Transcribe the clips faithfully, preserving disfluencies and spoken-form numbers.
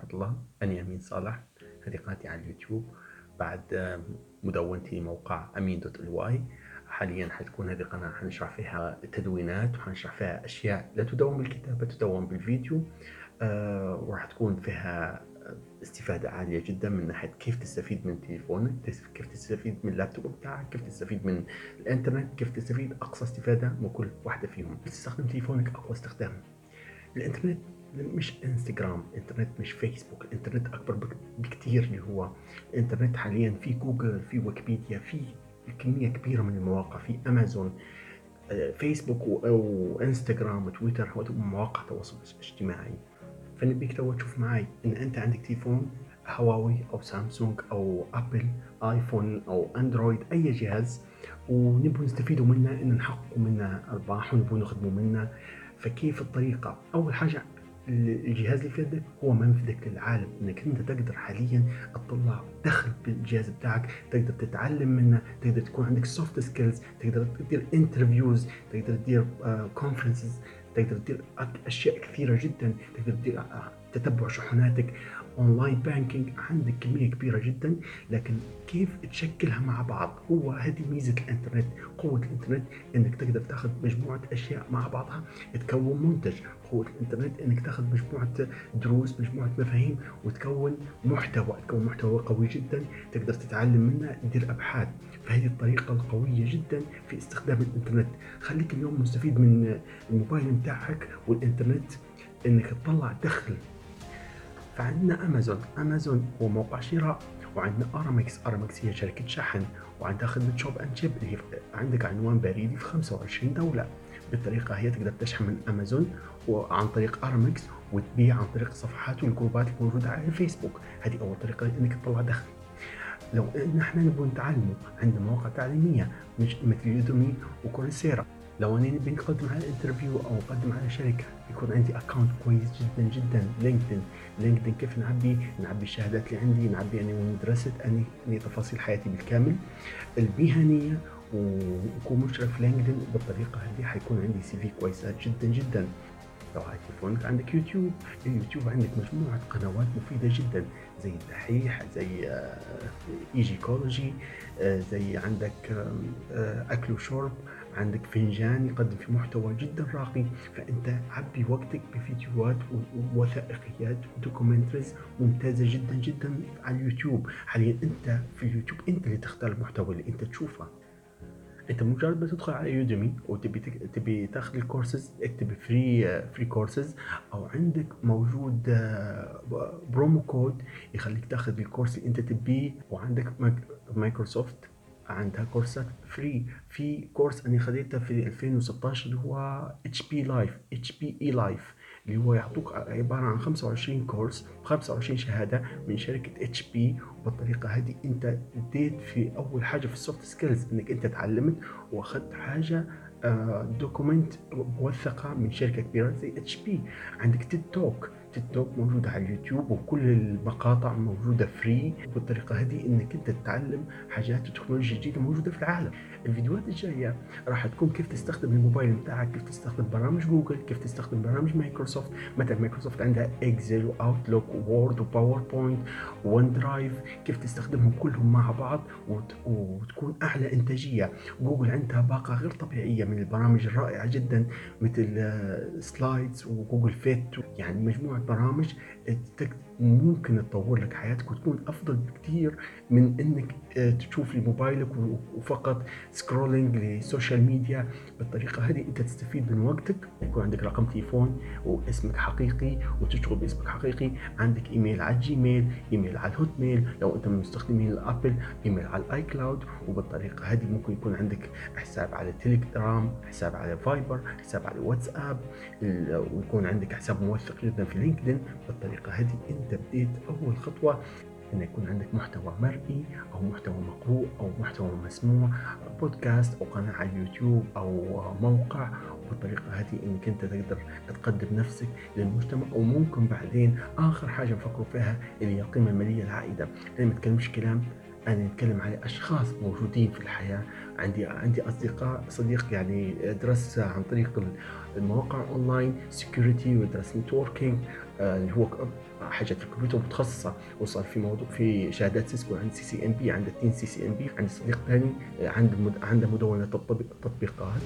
ورحمة الله. أنا أمين صالح، هذه قناتي على اليوتيوب بعد آه، مدونتي موقع أمين دوت الواي. حاليا حتكون هذه قناة حنشرح فيها تدوينات وحنشرح فيها أشياء لا تدون بالكتابة، تدون بالفيديو. آه وراح تكون فيها استفادة عالية جدا من ناحية كيف تستفيد من تليفونك، كيف تستفيد من اللابتوب بتاعك، كيف تستفيد من الانترنت، كيف تستفيد أقصى استفادة من كل واحدة فيهم. تستخدم تليفونك أقوى استخدام. الانترنت مش انستغرام، الانترنت مش فيسبوك، الانترنت اكبر بكتير. اللي هو الانترنت حاليا في جوجل، في ويكيبيديا، في كمية كبيرة من المواقع، في امازون. آه، فيسبوك وانستغرام وتويتر هو مواقع تواصل اجتماعي. فنبيك تو تشوف معي ان انت عندك تليفون هواوي او سامسونج او ابل، ايفون او اندرويد، اي جهاز، ونبغى نستفيدوا منه، ان نحققوا منه ارباح ونبغى نخدموا منه. فكيف الطريقه؟ اول حاجه، الجهاز اللي في يدك هو منفذك للعالم، انك انت تقدر حاليا تطلع دخل بالجهاز بتاعك، تقدر تتعلم منه، تقدر تكون عندك سوفت سكيلز، تقدر تدير انترفيوز، تقدر تدير كونفرنسز، تقدر تدير اشياء كثيره جدا، تقدر تدير تتبع شحناتك، اونلاين بانكينج، عندك كميه كبيره جدا. لكن كيف تشكلها مع بعض؟ هو هذه ميزه الانترنت، قوه الانترنت، انك تقدر تاخذ مجموعه اشياء مع بعضها تكون منتج. قوه الانترنت انك تاخذ مجموعه دروس، مجموعه مفاهيم، وتكون محتوى، تكون محتوى قوي جدا تقدر تتعلم منه، تدير ابحاث. فهذه الطريقه القويه جدا في استخدام الانترنت. خليك اليوم مستفيد من الموبايل بتاعك والانترنت، انك تطلع دخل. فعندنا امازون، امازون هو موقع شراء، وعندنا ارامكس، ارامكس هي شركه شحن، وعندها خدمه شوب اند شيب اللي هي عندك عنوان بريدي في خمسة وعشرين دوله. بالطريقه هي تقدر تشحن من امازون وعن طريق ارامكس، وتبيع عن طريق الصفحات والجروبات الموجوده على الفيسبوك. هذه اول طريقه انك تطلع دخل. لو ان احنا نبغى نتعلموا، عندنا مواقع تعليميه مش مثل يودمي وكورسيرا. لو انا نبي نقدم على انترفيو او اقدم على شركه، يكون عندي اكونت كويس جدا جدا، لينكدين. لينكدين كيف نعبي؟ نعبي الشهادات اللي عندي، نعبي اني وين درست، اني اني تفاصيل حياتي بالكامل المهنيه، ويكون مشرف في لينكدين. بالطريقه هذه حيكون عندي سي في كويسات جدا جدا. لو على تليفونك عندك يوتيوب، اليوتيوب عندك مجموعة قنوات مفيدة جدا، زي الدحيح، زي ايجيكولوجي، زي عندك آه، أكل وشرب، عندك فنجان يقدم في محتوى جدا راقي. فأنت عبي وقتك بفيديوهات ووثائقيات ودوكومنتريز ممتازة جدا جدا على اليوتيوب. حاليا أنت في اليوتيوب أنت اللي تختار المحتوى اللي أنت تشوفه. انت مجرد ما تدخل على يوديمي وتبي تك... تبي تاخذ الكورسز، اكتب فري فري كورسز، او عندك موجود آه، برومو كود يخليك تاخذ الكورس اللي انت تبيه. وعندك مايكروسوفت عندها كورسات فري. في كورس انا خديته في ألفين وستاشر اللي هو اتش بي لايف، اتش بي اي لايف، اللي هو يعطوك عباره عن خمسة وعشرين كورس، خمسة وعشرين شهاده من شركه اتش بي. وبالطريقه هذه انت اديت في اول حاجه في السوفت سكيلز، انك انت تعلمت واخذت حاجه دوكومنت موثقه من شركه كبيره زي اتش بي. عندك تيد توك، تيد توك موجوده على اليوتيوب، وكل المقاطع موجوده فري. بالطريقه هذه انك انت تتعلم حاجات وتكنولوجيا جديده موجوده في العالم. الفيديوهات الجايه راح تكون كيف تستخدم الموبايل بتاعك، كيف تستخدم برامج جوجل، كيف تستخدم برامج مايكروسوفت. مثلا مايكروسوفت عندها اكسل واوتلوك ووورد وباوربوينت وون درايف، كيف تستخدمهم كلهم مع بعض وت... وتكون اعلى انتاجيه. جوجل عندها باقه غير طبيعيه من البرامج الرائعه جدا، مثل سلايدز وجوجل فيت، يعني مجموعه برامج ممكن تطور لك حياتك وتكون افضل بكثير من انك تشوف لي موبايلك وفقط سكرولينج للسوشيال ميديا. بالطريقه هذه انت تستفيد من وقتك، يكون عندك رقم تليفون واسمك حقيقي وتشتغل باسمك حقيقي، عندك ايميل على الجيميل، ايميل على الهوت ميل لو انت من مستخدمين الابل، ايميل على الاي كلاود. وبالطريقه هذه ممكن يكون عندك حساب على تيليجرام، حساب على فايبر، حساب على واتساب، ويكون عندك حساب موثق جدا في لينكدين. بالطريقه هذه انت بديت اول خطوه، ان يكون عندك محتوى مرئي او محتوى مقروء او محتوى مسموع، بودكاست او قناه على اليوتيوب او موقع. وبالطريقه هذه انك انت تقدر تقدم نفسك للمجتمع. وممكن بعدين اخر حاجه نفكروا فيها اللي هي القيمه الماليه العائده. انا ما اتكلمش كلام أنا نتكلم على أشخاص موجودين في الحياة. عندي عندي أصدقاء صديق يعني درس عن طريق المواقع أونلاين سكيورتي، ودرس نتوركينج اللي هو حاجات الكمبيوتر متخصصة، وصل في موضوع في شهادات سيسكو، عند سي سي ام بي، عند التين سي سي ام بي. عندي صديق ثاني عنده مد- عنده مدونة تطبيق- تطبيقات،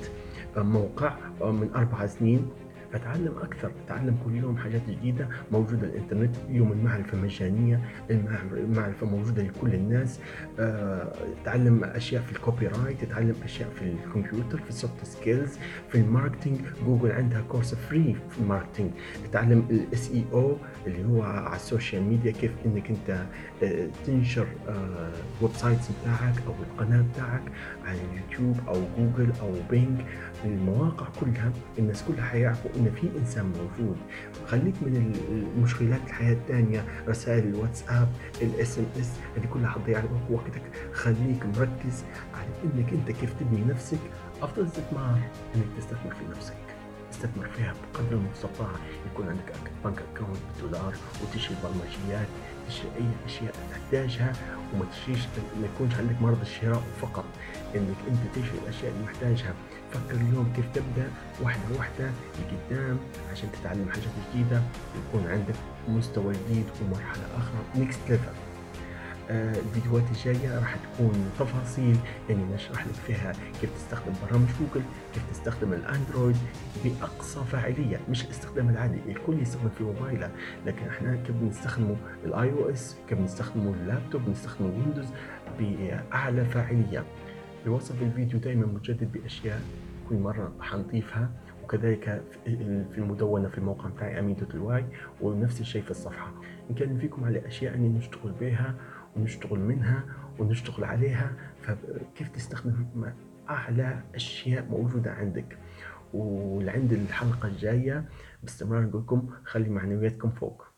موقع من أربع سنين. فتعلم أكثر، تعلم كل يوم حاجات جديدة موجودة. الإنترنت اليوم المعرفة مجانية، المعر- المعرفة موجودة لكل الناس. آه، تعلم أشياء في الكوبي رايت، تتعلم أشياء في الكمبيوتر، في السوفت سكيلز، في الماركتينج. جوجل عندها كورس فري في الماركتينج. تتعلم الاس اي او اللي هو على السوشيال ميديا، كيف انك انت آه، تنشر آه، الويب سايتس بتاعك او القناة بتاعك على اليوتيوب او جوجل او بينج. المواقع كلها الناس كلها حيعرفوا ان في انسان موجود. خليك من المشغلات الحياه الثانيه، رسائل الواتساب، الاس ام اس، هذه كلها حتضيع لك وقتك. خليك مركز على انك انت كيف تبني نفسك. افضل استثمار انك تستثمر في نفسك، استثمر فيها بقدر المستطاع. يكون عندك بنك اكونت بالدولار، وتشتري برمجيات، تشتري اي اشياء تحتاجها، وما تشتريش، ما يكونش عندك مرض الشراء فقط، انك انت تشتري الاشياء اللي محتاجها. فكر اليوم كيف تبدا واحده واحده لقدام عشان تتعلم حاجات جديده، يكون عندك مستوى جديد ومرحله اخرى، نيكست ليفل. آه، الفيديوهات الجايه راح تكون تفاصيل، يعني نشرح لك فيها كيف تستخدم برامج جوجل، كيف تستخدم الاندرويد باقصى فاعليه، مش الاستخدام العادي. الكل يستخدم في موبايله، لكن احنا كيف بنستخدمه الاي او اس، كيف بنستخدمه اللابتوب، بنستخدمه الويندوز باعلى فاعليه. بوصف الفيديو دائما متجدد بأشياء، كل مرة حنضيفها. وكذلك في المدونة في الموقع بتاعي أمين دوت الواي، ونفس الشيء في الصفحة. نكلم فيكم على أشياء أني نشتغل بها ونشتغل منها ونشتغل عليها، فكيف تستخدم أعلى أشياء موجودة عندك. ولعند الحلقة الجاية باستمرار نقول لكم خلي معنوياتكم فوق.